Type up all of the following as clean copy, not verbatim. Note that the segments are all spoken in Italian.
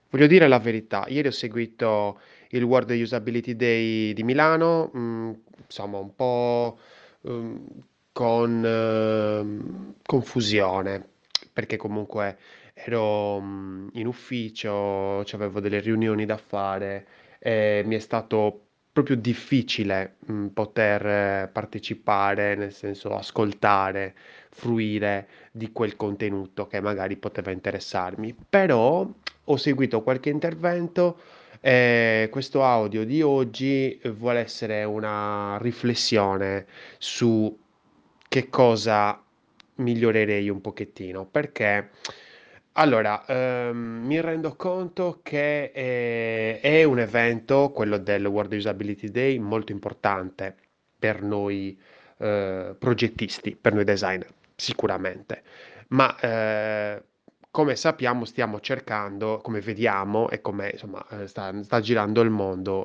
Voglio dire la verità, ieri ho seguito il World Usability Day di Milano, insomma un po', uhm, con confusione, perché comunque ero, in ufficio, c'avevo delle riunioni da fare e mi è stato proprio difficile, poter partecipare, nel senso ascoltare, fruire di quel contenuto che magari poteva interessarmi. Però ho seguito qualche intervento e questo audio di oggi vuole essere una riflessione su che cosa migliorerei un pochettino, perché allora, mi rendo conto che è un evento, quello del World Usability Day, molto importante per noi progettisti, per noi designer, sicuramente. Ma come sappiamo, stiamo cercando, come vediamo e come insomma sta girando il mondo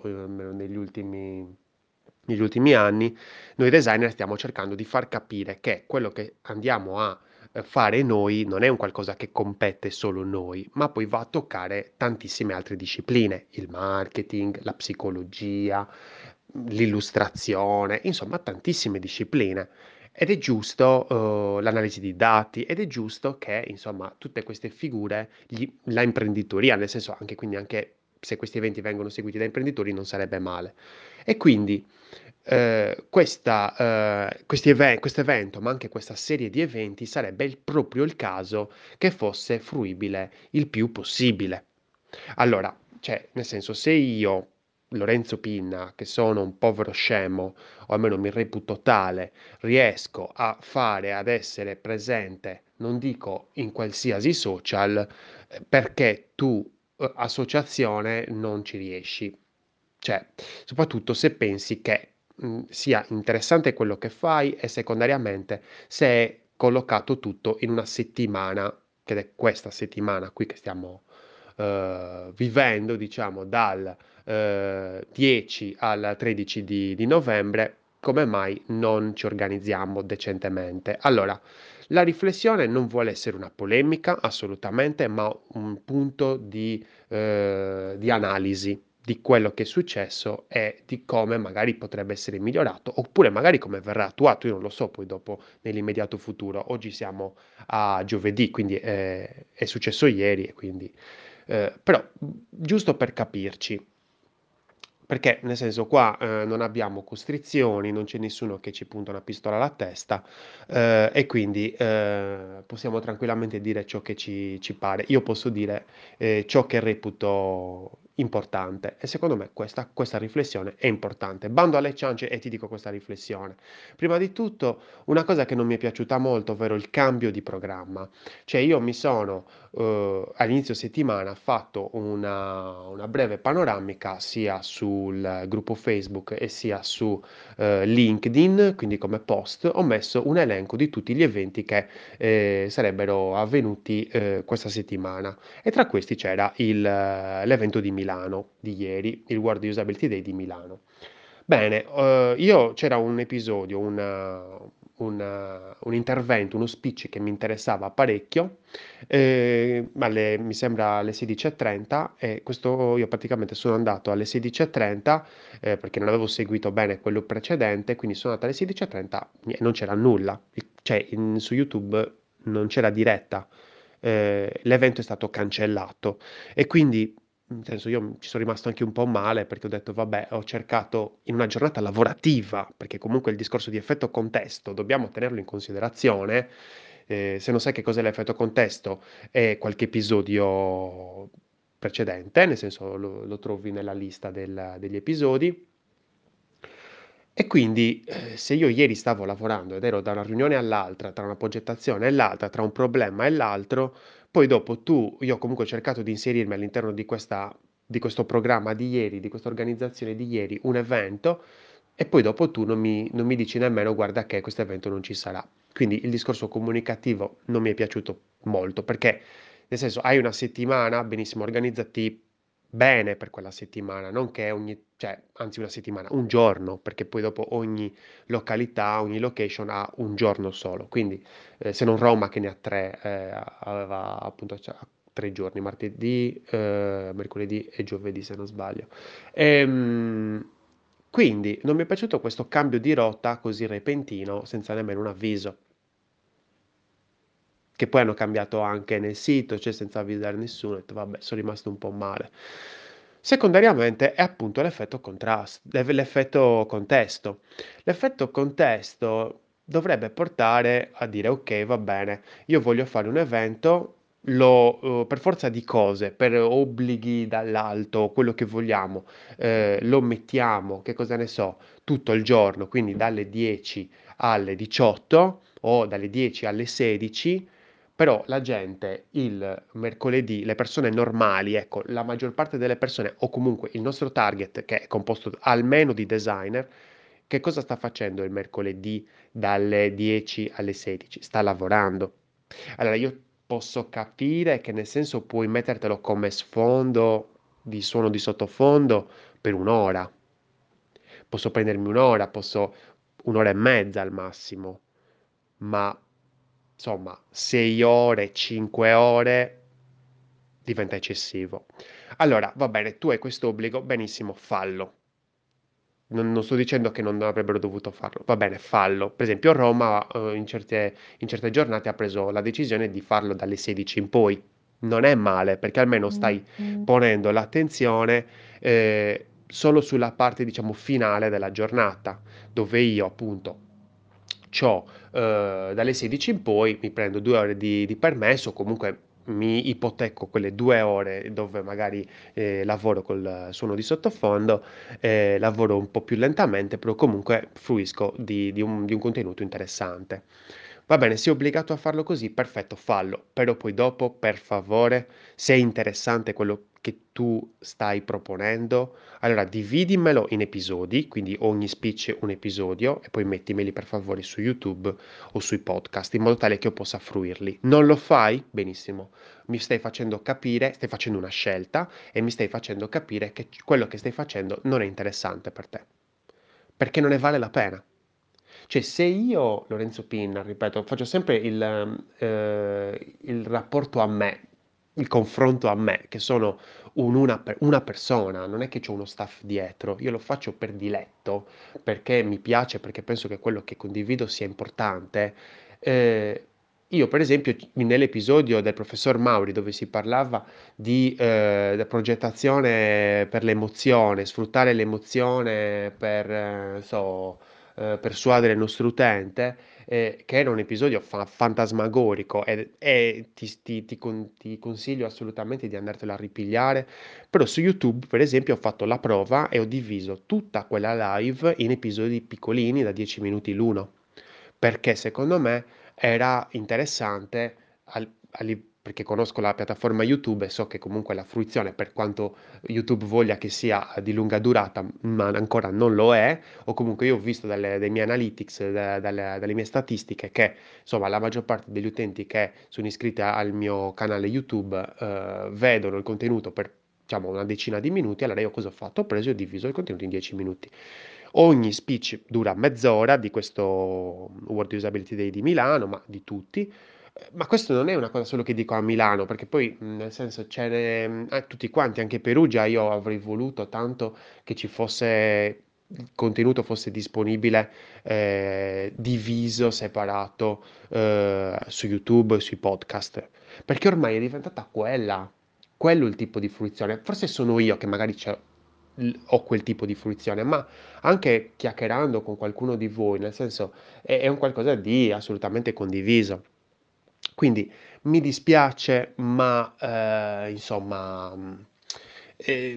negli ultimi anni, noi designer stiamo cercando di far capire che quello che andiamo a fare noi non è un qualcosa che compete solo noi, ma poi va a toccare tantissime altre discipline, il marketing, la psicologia, l'illustrazione, insomma tantissime discipline. Ed è giusto, l'analisi di dati, ed è giusto che, insomma, tutte queste figure, la imprenditoria, nel senso anche, quindi anche se questi eventi vengono seguiti da imprenditori non sarebbe male. E quindi questo evento, ma anche questa serie di eventi, sarebbe proprio il caso che fosse fruibile il più possibile. Allora, cioè, nel senso, se io, Lorenzo Pinna, che sono un povero scemo, o almeno mi reputo tale, riesco a fare, ad essere presente, non dico in qualsiasi social, perché tu, associazione, non ci riesci. Cioè, soprattutto se pensi che sia interessante quello che fai e secondariamente se è collocato tutto in una settimana, che è questa settimana qui che stiamo vivendo, diciamo, dal 10 al 13 di novembre, come mai non ci organizziamo decentemente? Allora, la riflessione non vuole essere una polemica, assolutamente, ma un punto di analisi di quello che è successo e di come magari potrebbe essere migliorato, oppure magari come verrà attuato, io non lo so, poi dopo nell'immediato futuro. Oggi siamo a giovedì, quindi è successo ieri, e quindi però giusto per capirci. Perché nel senso qua non abbiamo costrizioni, non c'è nessuno che ci punta una pistola alla testa e quindi possiamo tranquillamente dire ciò che ci pare. Io posso dire ciò che reputo importante e secondo me questa riflessione è importante. Bando alle ciance e ti dico questa riflessione. Prima di tutto una cosa che non mi è piaciuta molto, ovvero il cambio di programma. Cioè io mi sono all'inizio settimana fatto una breve panoramica sia sul gruppo Facebook e sia su LinkedIn, quindi come post, ho messo un elenco di tutti gli eventi che sarebbero avvenuti questa settimana e tra questi c'era l'evento di Milano di ieri, il World Usability Day di Milano. Bene, io c'era un episodio, un intervento, uno speech che mi interessava parecchio, mi sembra alle 16:30 e questo io praticamente sono andato alle 16:30 perché non avevo seguito bene quello precedente, quindi sono andato alle 16:30 e non c'era nulla, cioè su YouTube non c'era diretta, l'evento è stato cancellato e quindi nel senso, io ci sono rimasto anche un po' male perché ho detto: "Vabbè, ho cercato in una giornata lavorativa", perché comunque il discorso di effetto contesto dobbiamo tenerlo in considerazione. Se non sai che cos'è l'effetto contesto, è qualche episodio precedente, nel senso lo trovi nella lista degli episodi. E quindi, se io ieri stavo lavorando ed ero da una riunione all'altra, tra una progettazione e l'altra, tra un problema e l'altro, poi dopo io comunque ho cercato di inserirmi all'interno di questo programma di ieri, di questa organizzazione di ieri, un evento, e poi dopo tu non mi dici nemmeno guarda che questo evento non ci sarà. Quindi il discorso comunicativo non mi è piaciuto molto, perché nel senso hai una settimana, benissimo, organizzati bene per quella settimana, non che cioè, anzi una settimana, un giorno, perché poi dopo ogni località, ogni location ha un giorno solo. Quindi se non Roma che ne ha tre, aveva appunto, cioè, 3 giorni, martedì, mercoledì e giovedì se non sbaglio. Ehm, quindi non mi è piaciuto questo cambio di rotta così repentino, senza nemmeno un avviso. Che poi hanno cambiato anche nel sito, cioè senza avvisare nessuno, ho detto vabbè, sono rimasto un po' male. Secondariamente è appunto l'effetto contesto. L'effetto contesto dovrebbe portare a dire ok, va bene, io voglio fare un evento, per forza di cose, per obblighi dall'alto, quello che vogliamo, lo mettiamo, che cosa ne so, tutto il giorno, quindi dalle 10 alle 18 o dalle 10 alle 16, però la gente il mercoledì, le persone normali, ecco, la maggior parte delle persone, o comunque il nostro target, che è composto almeno di designer, che cosa sta facendo il mercoledì dalle 10 alle 16? Sta lavorando. Allora io posso capire che nel senso puoi mettertelo come sfondo di suono di sottofondo per un'ora. Posso prendermi un'ora, posso un'ora e mezza al massimo, ma insomma 6 ore, 5 ore diventa eccessivo. Allora, va bene, tu hai questo obbligo, benissimo, fallo. Non sto dicendo che non avrebbero dovuto farlo, va bene, fallo. Per esempio, Roma, in certe giornate ha preso la decisione di farlo dalle 16 in poi. Non è male, perché almeno stai ponendo l'attenzione solo sulla parte, diciamo, finale della giornata, dove io appunto c'ho dalle 16 in poi mi prendo 2 ore di permesso, comunque mi ipoteco quelle 2 ore dove magari lavoro col suono di sottofondo, lavoro un po' più lentamente, però comunque fruisco di un contenuto interessante. Va bene, sei obbligato a farlo così, perfetto, fallo, però poi dopo, per favore, se è interessante quello che tu stai proponendo, allora dividimelo in episodi, quindi ogni speech un episodio, e poi mettimeli per favore su YouTube o sui podcast, in modo tale che io possa fruirli. Non lo fai? Benissimo, mi stai facendo capire, stai facendo una scelta e mi stai facendo capire che quello che stai facendo non è interessante per te, perché non ne vale la pena. Cioè, se io, Lorenzo Pinna, ripeto, faccio sempre il rapporto a me, il confronto a me, che sono una persona, non è che c'ho uno staff dietro, io lo faccio per diletto, perché mi piace, perché penso che quello che condivido sia importante. Eh, io, per esempio, nell'episodio del professor Mauri, dove si parlava di progettazione per l'emozione, sfruttare l'emozione per, so, persuadere il nostro utente, che era un episodio fantasmagorico e ti consiglio assolutamente di andartelo a ripigliare, però su YouTube, per esempio, ho fatto la prova e ho diviso tutta quella live in episodi piccolini da 10 minuti l'uno, perché secondo me era interessante perché conosco la piattaforma YouTube e so che comunque la fruizione, per quanto YouTube voglia che sia di lunga durata, ma ancora non lo è, o comunque io ho visto dai miei analytics, dalle mie statistiche, che insomma la maggior parte degli utenti che sono iscritti al mio canale YouTube vedono il contenuto per diciamo una decina di minuti. Allora io cosa ho fatto? Ho preso e ho diviso il contenuto in 10 minuti. Ogni speech dura mezz'ora di questo World Usability Day di Milano, ma di tutti. Ma questo non è una cosa solo che dico a Milano, perché poi, nel senso, tutti quanti, anche Perugia, io avrei voluto tanto che ci fosse, il contenuto fosse disponibile, diviso, separato, su YouTube e sui podcast, perché ormai è diventata quello il tipo di fruizione. Forse sono io che magari ho quel tipo di fruizione, ma anche chiacchierando con qualcuno di voi, nel senso, è un qualcosa di assolutamente condiviso. Quindi mi dispiace, ma insomma, eh,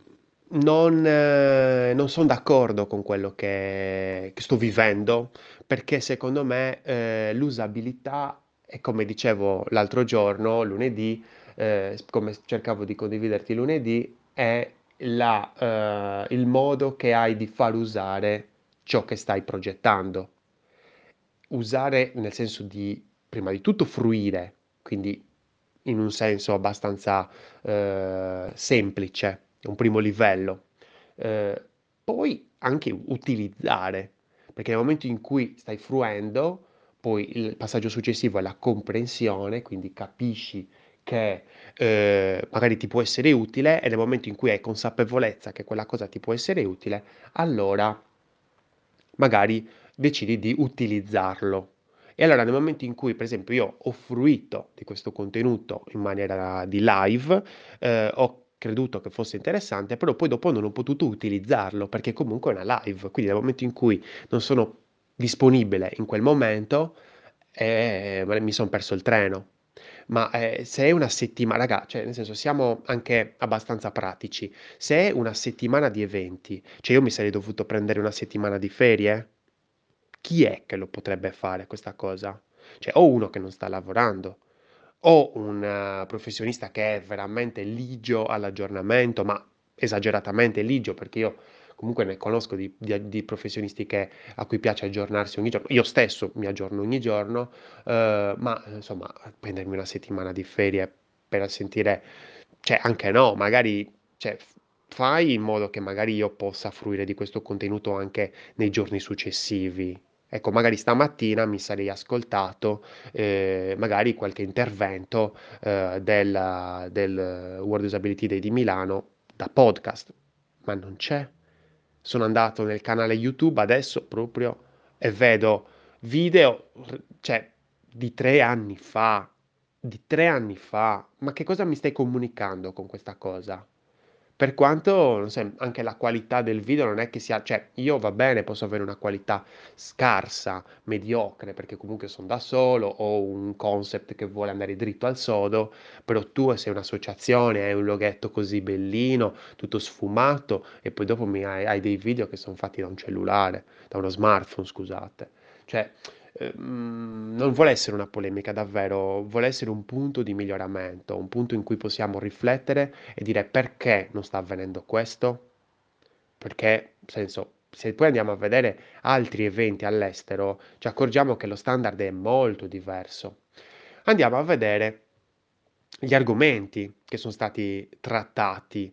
non sono d'accordo con quello che sto vivendo, perché secondo me l'usabilità, è come dicevo l'altro giorno, lunedì, come cercavo di condividerti lunedì, è il modo che hai di far usare ciò che stai progettando. Usare nel senso di, prima di tutto, fruire, quindi in un senso abbastanza semplice, un primo livello. Eh, Poi anche utilizzare, perché nel momento in cui stai fruendo, poi il passaggio successivo è la comprensione, quindi capisci che, magari ti può essere utile e nel momento in cui hai consapevolezza che quella cosa ti può essere utile, allora magari decidi di utilizzarlo. E allora nel momento in cui, per esempio, io ho fruito di questo contenuto in maniera di live, ho creduto che fosse interessante, però poi dopo non ho potuto utilizzarlo, perché comunque è una live. Quindi nel momento in cui non sono disponibile in quel momento, mi son perso il treno. Ma, se è una raga, cioè nel senso siamo anche abbastanza pratici. Se è una settimana di eventi, cioè io mi sarei dovuto prendere una settimana di ferie? Chi è che lo potrebbe fare questa cosa? Cioè o uno che non sta lavorando, o un professionista che è veramente ligio all'aggiornamento, ma esageratamente ligio, perché io comunque ne conosco di professionisti a cui piace aggiornarsi ogni giorno. Io stesso mi aggiorno ogni giorno, ma insomma prendermi una settimana di ferie per sentire, cioè anche no, magari, cioè fai in modo che magari io possa fruire di questo contenuto anche nei giorni successivi. Ecco, magari stamattina mi sarei ascoltato, magari qualche intervento, del World Usability Day di Milano da podcast, ma non c'è. Sono andato nel canale YouTube adesso proprio e vedo video, cioè di 3 anni fa, di 3 anni fa. Ma che cosa mi stai comunicando con questa cosa? Per quanto, non so, anche la qualità del video non è che sia, cioè io va bene, posso avere una qualità scarsa, mediocre, perché comunque sono da solo, ho un concept che vuole andare dritto al sodo, però tu sei un'associazione, hai un loghetto così bellino, tutto sfumato, e poi dopo hai dei video che sono fatti da un cellulare, da uno smartphone, scusate. Cioè, non vuole essere una polemica, davvero, vuole essere un punto di miglioramento, un punto in cui possiamo riflettere e dire perché non sta avvenendo questo? Perché, nel senso, se poi andiamo a vedere altri eventi all'estero, ci accorgiamo che lo standard è molto diverso. Andiamo a vedere gli argomenti che sono stati trattati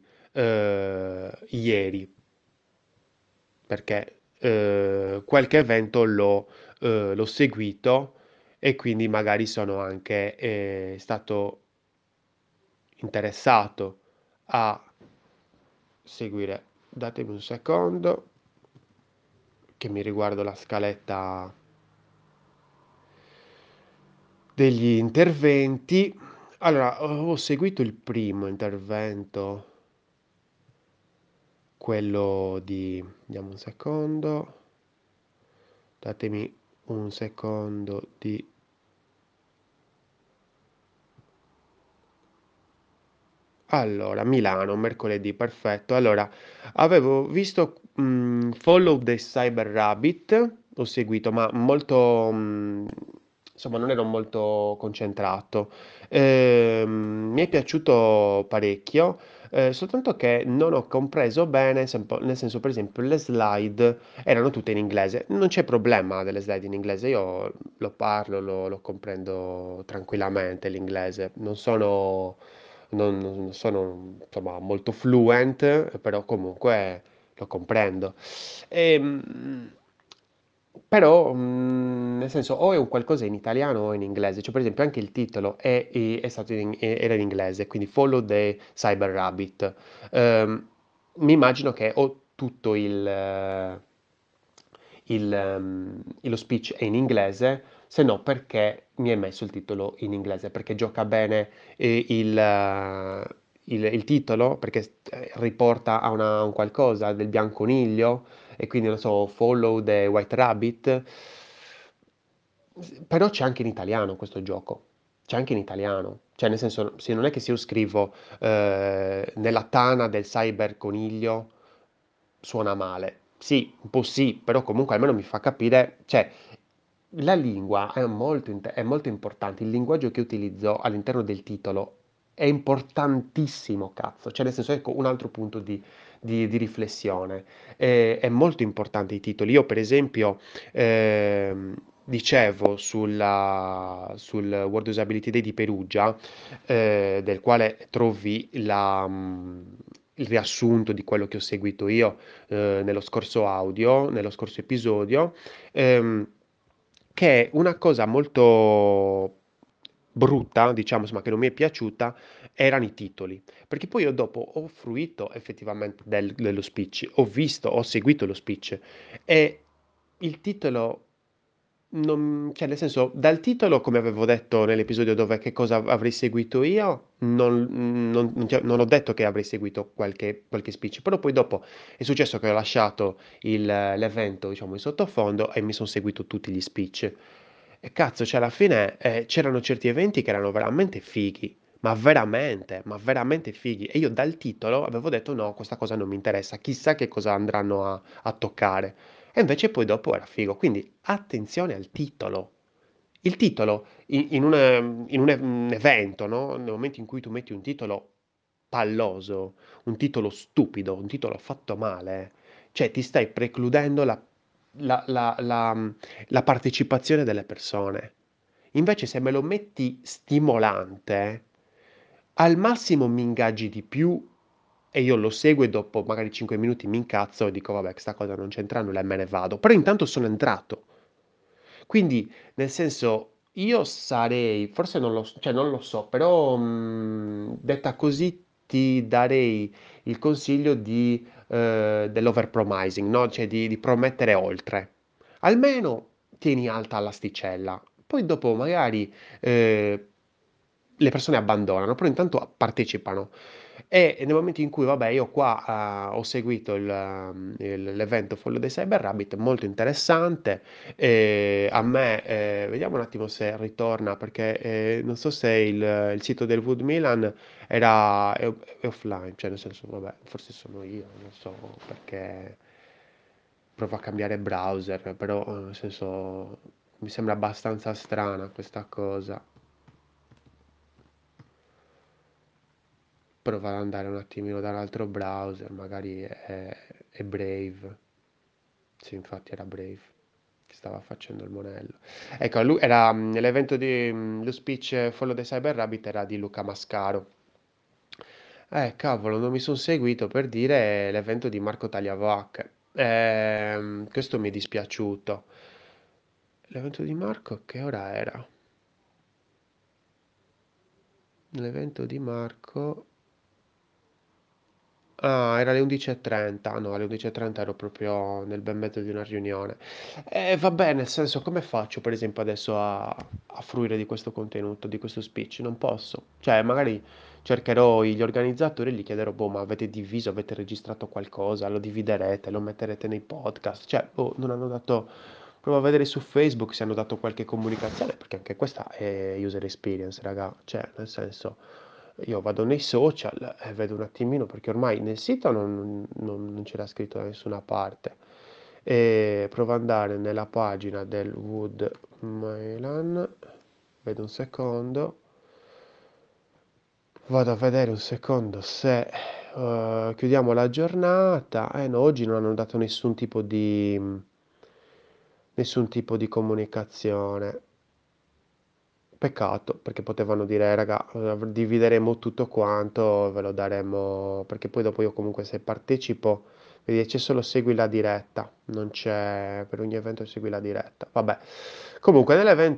ieri, perché qualche evento l'ho seguito e quindi magari sono anche stato interessato a seguire. Datemi un secondo che mi riguardo la scaletta degli interventi. Allora, ho seguito il primo intervento, quello di... Vediamo un secondo. Datemi un secondo di... Allora, Milano, mercoledì, perfetto. Allora, avevo visto Follow the Cyber Rabbit, ho seguito, ma molto, insomma, non ero molto concentrato. Mi è piaciuto parecchio, soltanto che non ho compreso bene, nel senso, per esempio, le slide erano tutte in inglese. Non c'è problema delle slide in inglese, io lo parlo, lo comprendo tranquillamente l'inglese. Non sono insomma molto fluent, però comunque lo comprendo. Ehm, Però, nel senso, o è un qualcosa in italiano o in inglese. Cioè, per esempio, anche il titolo è stato era in inglese, quindi Follow the Cyber Rabbit. Mi immagino che o tutto lo speech è in inglese, se no perché mi hai messo il titolo in inglese, perché gioca bene il titolo, perché riporta a un qualcosa del bianconiglio, e quindi non so, Follow the White Rabbit. Però c'è anche in italiano questo gioco. C'è anche in italiano. Cioè, nel senso, se non è che se io scrivo nella tana del cyber coniglio suona male. Sì, un po' sì, però comunque almeno mi fa capire, cioè, la lingua è molto importante. Il linguaggio che utilizzo all'interno del titolo è importantissimo, cazzo. Cioè, nel senso, ecco, un altro punto di riflessione. È molto importante i titoli. Io, per esempio, dicevo sul World Usability Day di Perugia, del quale trovi il riassunto di quello che ho seguito io nello scorso audio, nello scorso episodio, ehm, che è una cosa molto brutta, diciamo, insomma, che non mi è piaciuta, erano i titoli. Perché poi io dopo ho fruito effettivamente dello speech, ho visto, ho seguito lo speech e il titolo non, cioè, nel senso, dal titolo, come avevo detto nell'episodio dove che cosa avrei seguito io, non ho detto che avrei seguito qualche speech, però poi dopo è successo che ho lasciato l'evento, diciamo, in sottofondo e mi sono seguito tutti gli speech. E cazzo, cioè alla fine c'erano certi eventi che erano veramente fighi, ma veramente fighi. E io dal titolo avevo detto no, questa cosa non mi interessa, chissà che cosa andranno a toccare. E invece poi dopo era figo. Quindi attenzione al titolo. Il titolo un evento, no? Nel momento in cui tu metti un titolo palloso, un titolo stupido, un titolo fatto male, cioè ti stai precludendo la- la- la- la partecipazione delle persone. Invece se me lo metti stimolante, al massimo mi ingaggi di più e io lo seguo e dopo magari 5 minuti mi incazzo e dico vabbè, questa cosa non c'entra nulla e me ne vado. Però intanto sono entrato. Quindi, nel senso, io sarei, forse non lo, cioè non lo so, però detta così ti darei il consiglio dell'overpromising, no? Cioè di promettere oltre. Almeno tieni alta l'asticella, poi dopo magari le persone abbandonano, però intanto partecipano. E nel momento in cui, vabbè, io qua ho seguito l'evento Follow the Cyber Rabbit, molto interessante. A me, vediamo un attimo se ritorna, perché non so se il sito del Wood Milan è offline, cioè nel senso, vabbè, forse sono io, non so perché provo a cambiare browser, però nel senso mi sembra abbastanza strana questa cosa. Provo ad andare un attimino dall'altro browser, magari è Brave. Sì, infatti era Brave che stava facendo il monello. Ecco, lui era l'evento di lo speech Follow the Cyber Rabbit era di Luca Mascaro. Cavolo, non mi sono seguito per dire l'evento di Marco Tagliavacche. Questo mi è dispiaciuto. L'evento di Marco, che ora era? L'evento di Marco. Ah, era alle 11:30. Ah, no, alle 11:30 ero proprio nel bel mezzo di una riunione. E vabbè, nel senso, come faccio per esempio adesso a fruire di questo contenuto, di questo speech? Non posso. Cioè, magari cercherò gli organizzatori e gli chiederò, boh, ma avete diviso, avete registrato qualcosa, lo dividerete, lo metterete nei podcast? Cioè, boh, non hanno dato. Provo a vedere su Facebook se hanno dato qualche comunicazione, perché anche questa è user experience, raga. Cioè, nel senso. Io vado nei social e vedo un attimino perché ormai nel sito non c'era scritto da nessuna parte. E provo ad andare nella pagina del Wood Milan, vedo un secondo, vado a vedere un secondo se chiudiamo la giornata. No, oggi non hanno dato nessun tipo di comunicazione. Peccato, perché potevano dire, raga, divideremo tutto quanto, ve lo daremo, perché poi dopo io comunque se partecipo, vedi, c'è solo segui la diretta, non c'è per ogni evento segui la diretta. Vabbè, comunque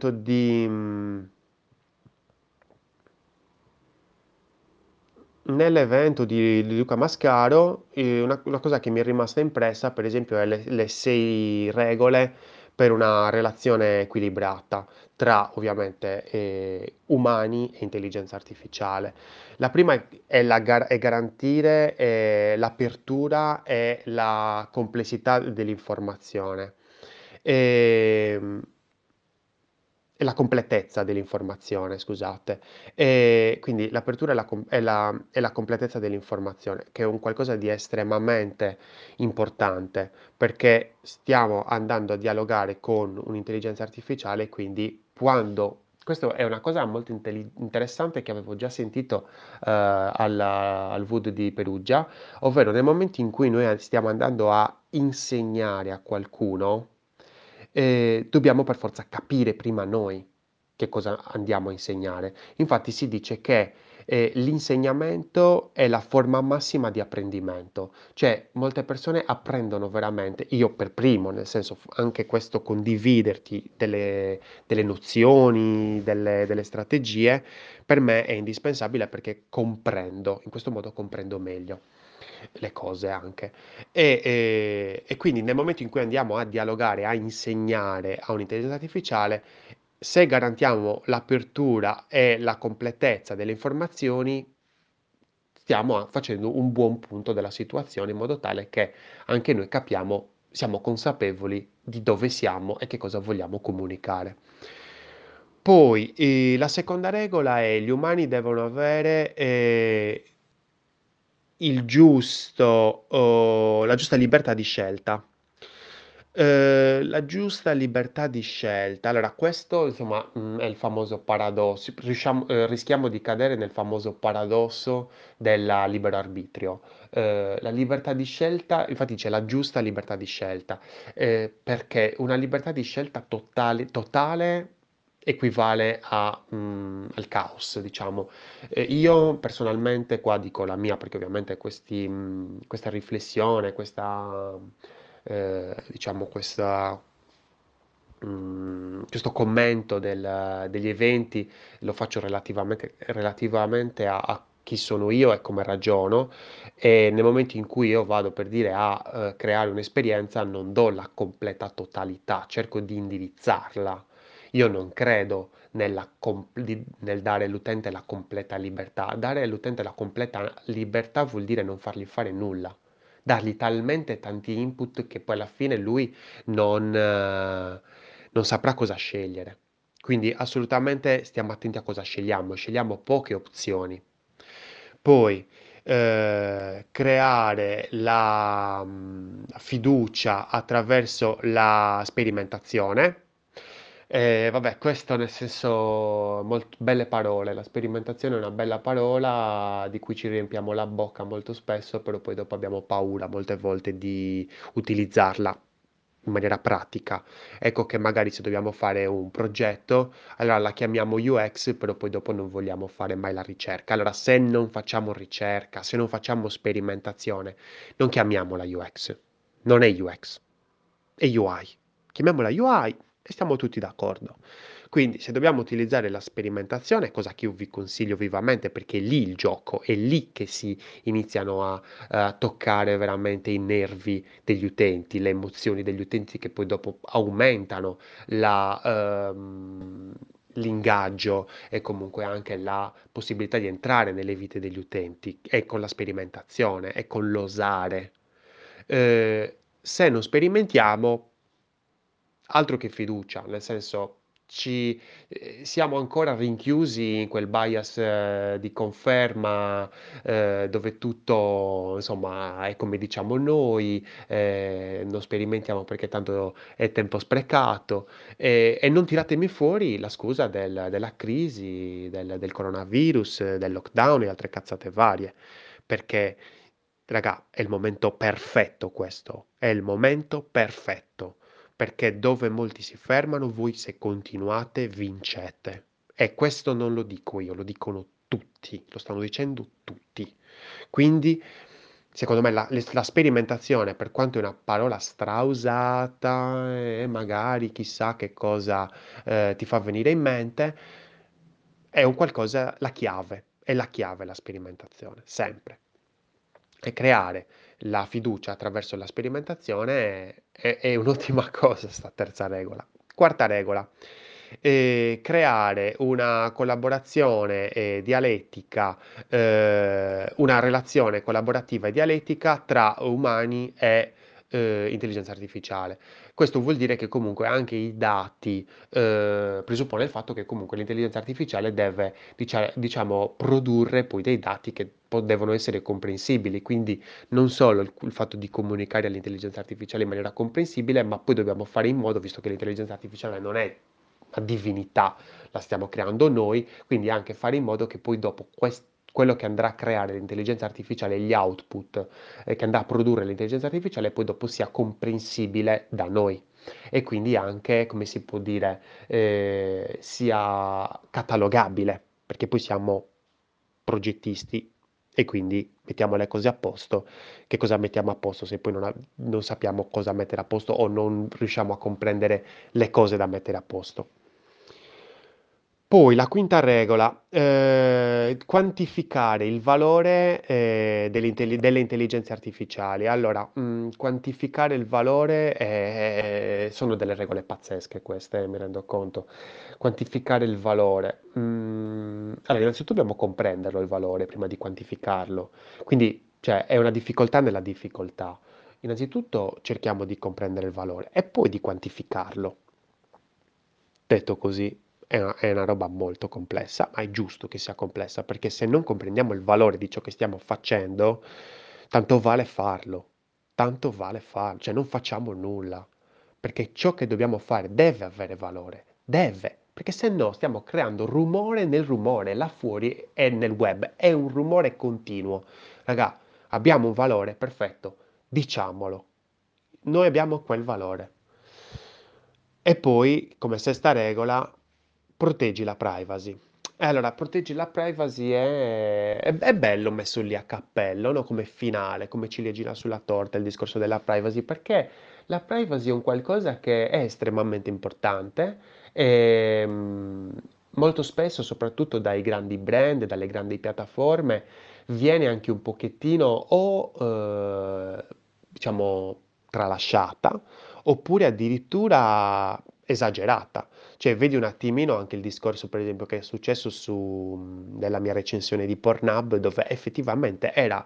nell'evento di Luca Mascaro, una cosa che mi è rimasta impressa, per esempio, è le 6 regole per una relazione equilibrata tra, ovviamente, umani e intelligenza artificiale. La prima è garantire l'apertura e la complessità dell'informazione. Ehm, e la completezza dell'informazione, scusate. Quindi l'apertura e la completezza dell'informazione, che è un qualcosa di estremamente importante, perché stiamo andando a dialogare con un'intelligenza artificiale, quindi quando. Questo è una cosa molto interessante che avevo già sentito al Wood di Perugia, ovvero nel momento in cui noi stiamo andando a insegnare a qualcuno, dobbiamo per forza capire prima noi che cosa andiamo a insegnare. Infatti si dice che l'insegnamento è la forma massima di apprendimento. Cioè, molte persone apprendono veramente, io per primo, nel senso anche questo condividerti delle nozioni, delle strategie, per me è indispensabile perché comprendo, in questo modo comprendo meglio le cose anche. E quindi nel momento in cui andiamo a dialogare, a insegnare a un'intelligenza artificiale, se garantiamo l'apertura e la completezza delle informazioni, stiamo facendo un buon punto della situazione in modo tale che anche noi capiamo, siamo consapevoli di dove siamo e che cosa vogliamo comunicare. Poi, la seconda regola è gli umani devono avere la giusta libertà di scelta. La giusta libertà di scelta. Allora, questo insomma è il famoso paradosso. Rischiamo di cadere nel famoso paradosso del libero arbitrio. La libertà di scelta, infatti c'è la giusta libertà di scelta, perché una libertà di scelta totale equivale al caos, diciamo. Io personalmente, qua dico la mia, perché ovviamente questa riflessione, diciamo, questo commento degli eventi lo faccio relativamente a chi sono io e come ragiono, e nel momento in cui io vado per dire a creare un'esperienza, non do la completa totalità, cerco di indirizzarla. Io non credo nel dare all'utente la completa libertà. Dare all'utente la completa libertà vuol dire non fargli fare nulla, dargli talmente tanti input che poi alla fine lui non saprà cosa scegliere. Quindi assolutamente stiamo attenti a cosa scegliamo poche opzioni. Poi creare la fiducia attraverso la sperimentazione. Vabbè, questo nel senso, belle parole, la sperimentazione è una bella parola di cui ci riempiamo la bocca molto spesso, però poi dopo abbiamo paura molte volte di utilizzarla in maniera pratica. Ecco che magari se dobbiamo fare un progetto, allora la chiamiamo UX, però poi dopo non vogliamo fare mai la ricerca. Allora, se non facciamo ricerca, se non facciamo sperimentazione, non chiamiamola UX. Non è UX, è UI. Chiamiamola UI e stiamo tutti d'accordo. Quindi, se dobbiamo utilizzare la sperimentazione, cosa che io vi consiglio vivamente perché è lì il gioco, è lì che si iniziano a toccare veramente i nervi degli utenti, le emozioni degli utenti che poi dopo aumentano l'ingaggio e comunque anche la possibilità di entrare nelle vite degli utenti, è con la sperimentazione, è con l'osare. Se non sperimentiamo, altro che fiducia, nel senso siamo ancora rinchiusi in quel bias di conferma dove tutto insomma è come diciamo noi, non sperimentiamo perché tanto è tempo sprecato e non tiratemi fuori la scusa della crisi, del coronavirus, del lockdown e altre cazzate varie, perché raga, è il momento perfetto questo, è il momento perfetto perché dove molti si fermano, voi se continuate vincete. E questo non lo dico io, lo dicono tutti, lo stanno dicendo tutti. Quindi, secondo me, la sperimentazione, per quanto è una parola strausata e magari chissà che cosa ti fa venire in mente, è un qualcosa, è la chiave la sperimentazione, sempre. E creare la fiducia attraverso la sperimentazione è un'ottima cosa, sta terza regola. Quarta regola, creare una collaborazione dialettica, una relazione collaborativa e dialettica tra umani e intelligenza artificiale. Questo vuol dire che comunque anche i dati presuppone il fatto che comunque l'intelligenza artificiale deve, diciamo, produrre poi dei dati che devono essere comprensibili, quindi non solo il fatto di comunicare all'intelligenza artificiale in maniera comprensibile, ma poi dobbiamo fare in modo, visto che l'intelligenza artificiale non è una divinità, la stiamo creando noi, quindi anche fare in modo che poi dopo quello che andrà a creare l'intelligenza artificiale, gli output che andrà a produrre l'intelligenza artificiale, poi dopo sia comprensibile da noi e quindi anche, come si può dire, sia catalogabile, perché poi siamo progettisti e quindi mettiamo le cose a posto. Che cosa mettiamo a posto se poi non sappiamo cosa mettere a posto o non riusciamo a comprendere le cose da mettere a posto? Poi la quinta regola, quantificare il valore delle intelligenze artificiali. Allora, quantificare il valore sono delle regole pazzesche queste, mi rendo conto. Quantificare il valore. Allora, innanzitutto dobbiamo comprenderlo il valore prima di quantificarlo. Quindi, cioè, è una difficoltà nella difficoltà. Innanzitutto cerchiamo di comprendere il valore e poi di quantificarlo. Detto così, è una roba molto complessa, ma è giusto che sia complessa, perché se non comprendiamo il valore di ciò che stiamo facendo, tanto vale farlo, tanto vale farlo, cioè non facciamo nulla, perché ciò che dobbiamo fare deve avere valore, deve, perché se no stiamo creando rumore nel rumore, là fuori e nel web, è un rumore continuo. Raga, abbiamo un valore, perfetto, diciamolo, noi abbiamo quel valore. E poi, come sesta regola, proteggi la privacy. E allora, proteggi la privacy è bello messo lì a cappello, no? Come finale, come ciliegina sulla torta il discorso della privacy, perché la privacy è un qualcosa che è estremamente importante e molto spesso, soprattutto dai grandi brand, dalle grandi piattaforme, viene anche un pochettino o, diciamo, tralasciata oppure addirittura esagerata. Cioè, vedi un attimino anche il discorso, per esempio, che è successo nella mia recensione di Pornhub, dove effettivamente era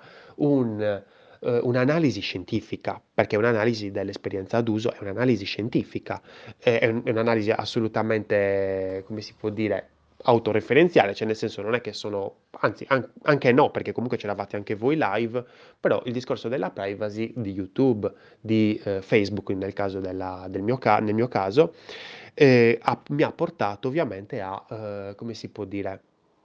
un'analisi scientifica, perché un'analisi dell'esperienza d'uso è un'analisi scientifica, è un'analisi assolutamente, come si può dire, autoreferenziale, cioè nel senso non è che sono, anzi anche no, perché comunque c'eravate anche voi live, però il discorso della privacy di YouTube, di Facebook nel mio caso, mi ha portato ovviamente come si può dire,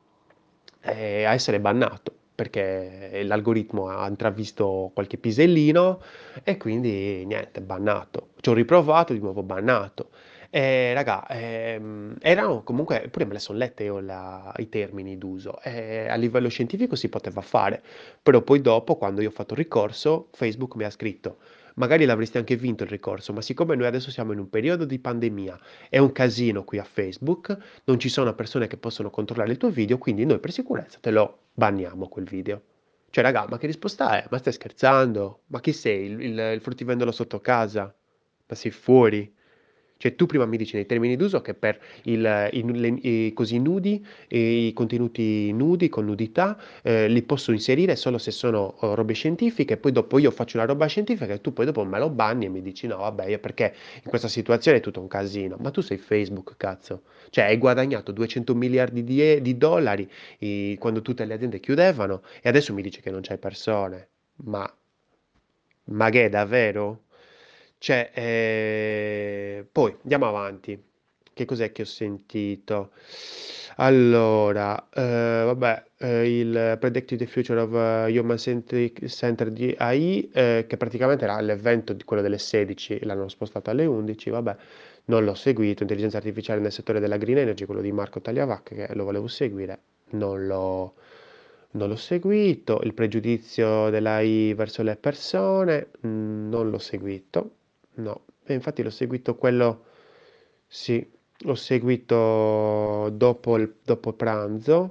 a essere bannato, perché l'algoritmo ha intravisto qualche pisellino e quindi niente, bannato. Ci ho riprovato, di nuovo bannato. E raga, erano comunque, pure me le sono lette io i termini d'uso, a livello scientifico si poteva fare, però poi dopo, quando io ho fatto ricorso, Facebook mi ha scritto, magari l'avresti anche vinto il ricorso, ma siccome noi adesso siamo in un periodo di pandemia, è un casino qui a Facebook, non ci sono persone che possono controllare il tuo video, quindi noi per sicurezza te lo banniamo quel video. Cioè, raga, ma che risposta è? Ma stai scherzando? Ma chi sei? Il fruttivendolo sotto casa? Ma sei fuori? Cioè, tu prima mi dici nei termini d'uso che per i così nudi, i contenuti nudi con nudità, li posso inserire solo se sono robe scientifiche, poi dopo io faccio una roba scientifica e tu poi dopo me lo banni e mi dici no, vabbè, io perché in questa situazione è tutto un casino. Ma tu sei Facebook, cazzo. Cioè, hai guadagnato 200 miliardi di dollari quando tutte le aziende chiudevano e adesso mi dici che non c'hai persone. Ma che, davvero? Cioè, poi andiamo avanti. Che cos'è che ho sentito? Allora, vabbè, il Predictive the Future of Human Centered AI, che praticamente era l'evento di quello delle 16, l'hanno spostato alle 11, vabbè, non l'ho seguito. Intelligenza artificiale nel settore della green energy, quello di Marco Tagliavacca, che lo volevo seguire, non l'ho non l'ho seguito. Il pregiudizio dell'AI verso le persone, non l'ho seguito. No, e infatti l'ho seguito quello, sì, l'ho seguito dopo pranzo.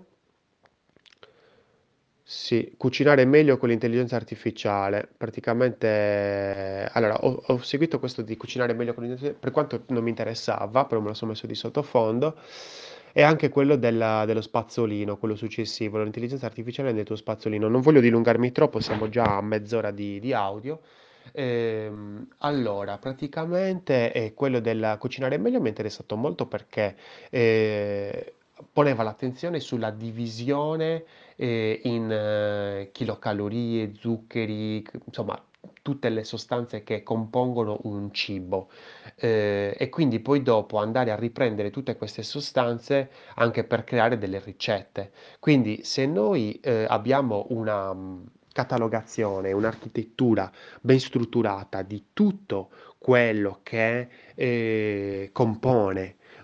Sì, cucinare meglio con l'intelligenza artificiale. Praticamente, allora, ho seguito questo di cucinare meglio con l'intelligenza per quanto non mi interessava, però me lo sono messo di sottofondo. E anche quello dello spazzolino, quello successivo, l'intelligenza artificiale nel tuo spazzolino. Non voglio dilungarmi troppo, siamo già a mezz'ora di audio. Allora, praticamente quello del cucinare meglio mi è interessato molto perché poneva l'attenzione sulla divisione in chilocalorie, zuccheri, insomma, tutte le sostanze che compongono un cibo. E quindi poi dopo andare a riprendere tutte queste sostanze anche per creare delle ricette. Quindi se noi abbiamo una catalogazione, un'architettura ben strutturata di tutto quello che compone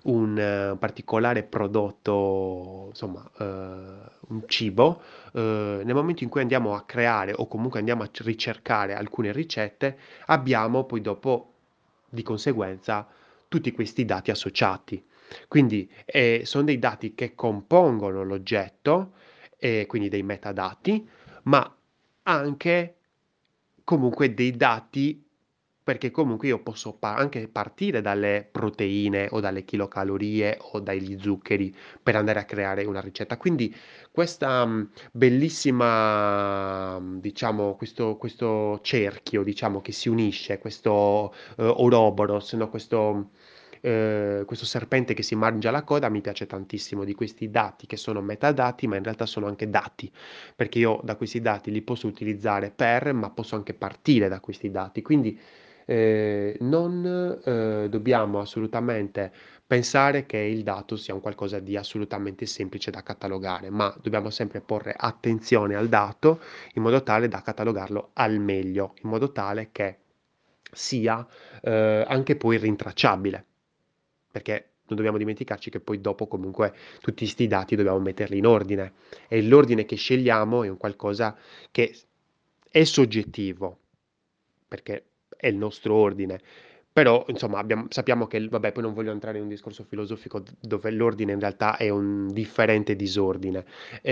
un particolare prodotto, insomma, un cibo, nel momento in cui andiamo a creare o comunque andiamo a ricercare alcune ricette, abbiamo poi dopo, di conseguenza, tutti questi dati associati. Quindi sono dei dati che compongono l'oggetto, quindi dei metadati, ma anche comunque dei dati, perché comunque io posso anche partire dalle proteine o dalle chilocalorie o dagli zuccheri per andare a creare una ricetta. Quindi questa bellissima, diciamo, questo cerchio, diciamo, che si unisce, questo Ouroboros, no? Questo serpente che si mangia la coda, mi piace tantissimo di questi dati che sono metadati, ma in realtà sono anche dati, perché io da questi dati li posso utilizzare ma posso anche partire da questi dati. Quindi non dobbiamo assolutamente pensare che il dato sia un qualcosa di assolutamente semplice da catalogare, ma dobbiamo sempre porre attenzione al dato in modo tale da catalogarlo al meglio, in modo tale che sia anche poi rintracciabile, perché non dobbiamo dimenticarci che poi dopo comunque tutti sti dati dobbiamo metterli in ordine e l'ordine che scegliamo è un qualcosa che è soggettivo, perché è il nostro ordine. Però, insomma, sappiamo che, vabbè, poi non voglio entrare in un discorso filosofico dove l'ordine in realtà è un differente disordine,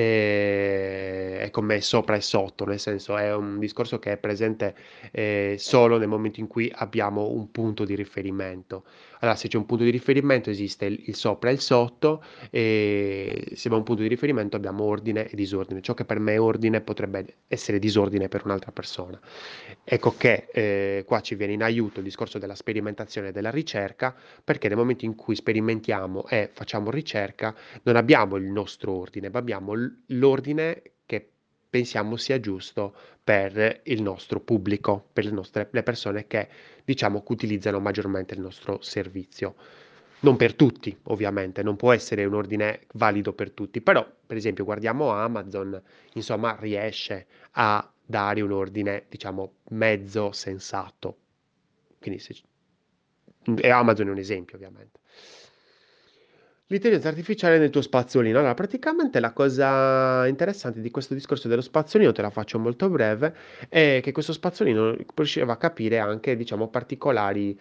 è come sopra e sotto, nel senso è un discorso che è presente solo nel momento in cui abbiamo un punto di riferimento. Allora, se c'è un punto di riferimento esiste il sopra e il sotto, e se abbiamo un punto di riferimento abbiamo ordine e disordine. Ciò che per me è ordine potrebbe essere disordine per un'altra persona. Ecco che qua ci viene in aiuto il discorso della sperimentazione e della ricerca, perché nel momento in cui sperimentiamo e facciamo ricerca, non abbiamo il nostro ordine, ma abbiamo l'ordine che pensiamo sia giusto per il nostro pubblico, per le persone che diciamo che utilizzano maggiormente il nostro servizio. Non per tutti, ovviamente, non può essere un ordine valido per tutti, però per esempio guardiamo Amazon, insomma, riesce a dare un ordine, diciamo, mezzo sensato. Quindi e Amazon è un esempio, ovviamente. L'intelligenza artificiale nel tuo spazzolino. Allora, praticamente la cosa interessante di questo discorso dello spazzolino, te la faccio molto breve, è che questo spazzolino riusciva a capire anche, diciamo, particolari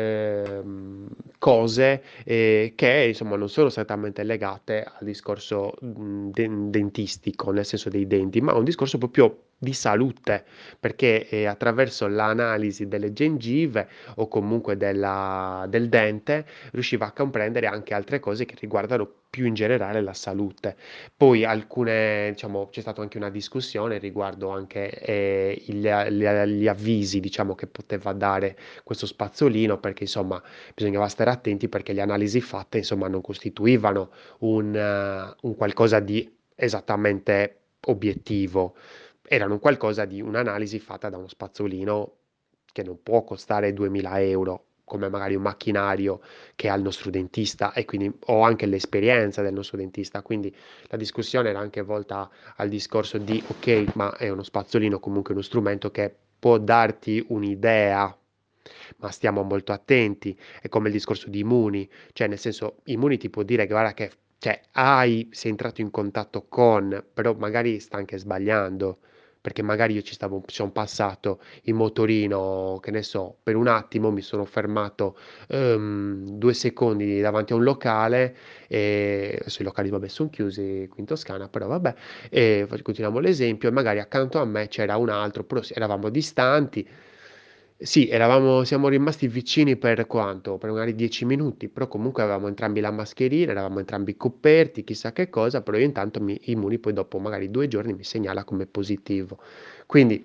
cose che, insomma, non sono strettamente legate al discorso dentistico, nel senso dei denti, ma un discorso proprio di salute, perché attraverso l'analisi delle gengive o comunque del dente riusciva a comprendere anche altre cose che riguardano più in generale la salute. Poi alcune, diciamo, c'è stata anche una discussione riguardo anche gli avvisi, diciamo, che poteva dare questo spazzolino, perché insomma bisognava stare attenti perché le analisi fatte, insomma, non costituivano un qualcosa di esattamente obiettivo, erano un qualcosa di un'analisi fatta da uno spazzolino che non può costare 2000 euro, come magari un macchinario che ha il nostro dentista e quindi ho anche l'esperienza del nostro dentista. Quindi la discussione era anche volta al discorso di ok, ma è uno spazzolino, comunque uno strumento che può darti un'idea. Ma stiamo molto attenti, è come il discorso di Immuni, cioè nel senso Immuni ti può dire che guarda che cioè, sei entrato in contatto con, però magari sta anche sbagliando, perché magari io ci sono passato in motorino, che ne so, per un attimo mi sono fermato 2 secondi davanti a un locale, e adesso i locali vabbè sono chiusi qui in Toscana, però vabbè, e continuiamo l'esempio, e magari accanto a me c'era un altro, però eravamo distanti. Sì, siamo rimasti vicini per quanto? Per magari 10 minuti, però comunque avevamo entrambi la mascherina, eravamo entrambi coperti, chissà che cosa, però io intanto Immuni poi dopo magari 2 giorni mi segnala come positivo. Quindi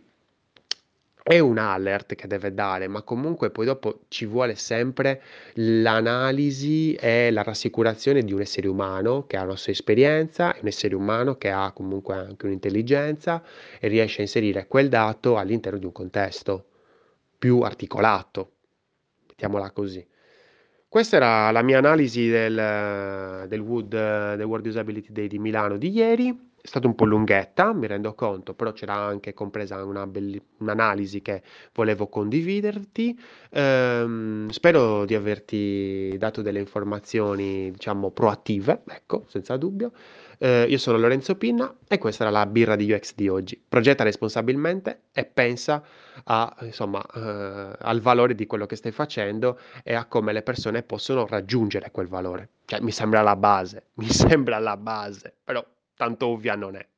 è un alert che deve dare, ma comunque poi dopo ci vuole sempre l'analisi e la rassicurazione di un essere umano che ha una sua esperienza, un essere umano che ha comunque anche un'intelligenza e riesce a inserire quel dato all'interno di un contesto più articolato, mettiamola così. Questa era la mia analisi del World Usability Day di Milano di ieri È stata un po' lunghetta, mi rendo conto, però c'era anche compresa un'analisi che volevo condividerti. Spero di averti dato delle informazioni, diciamo, proattive, ecco, senza dubbio. Io sono Lorenzo Pinna e questa era la birra di UX di oggi. Progetta responsabilmente e pensa insomma, al valore di quello che stai facendo e a come le persone possono raggiungere quel valore. Cioè, mi sembra la base, mi sembra la base, però tanto ovvia non è.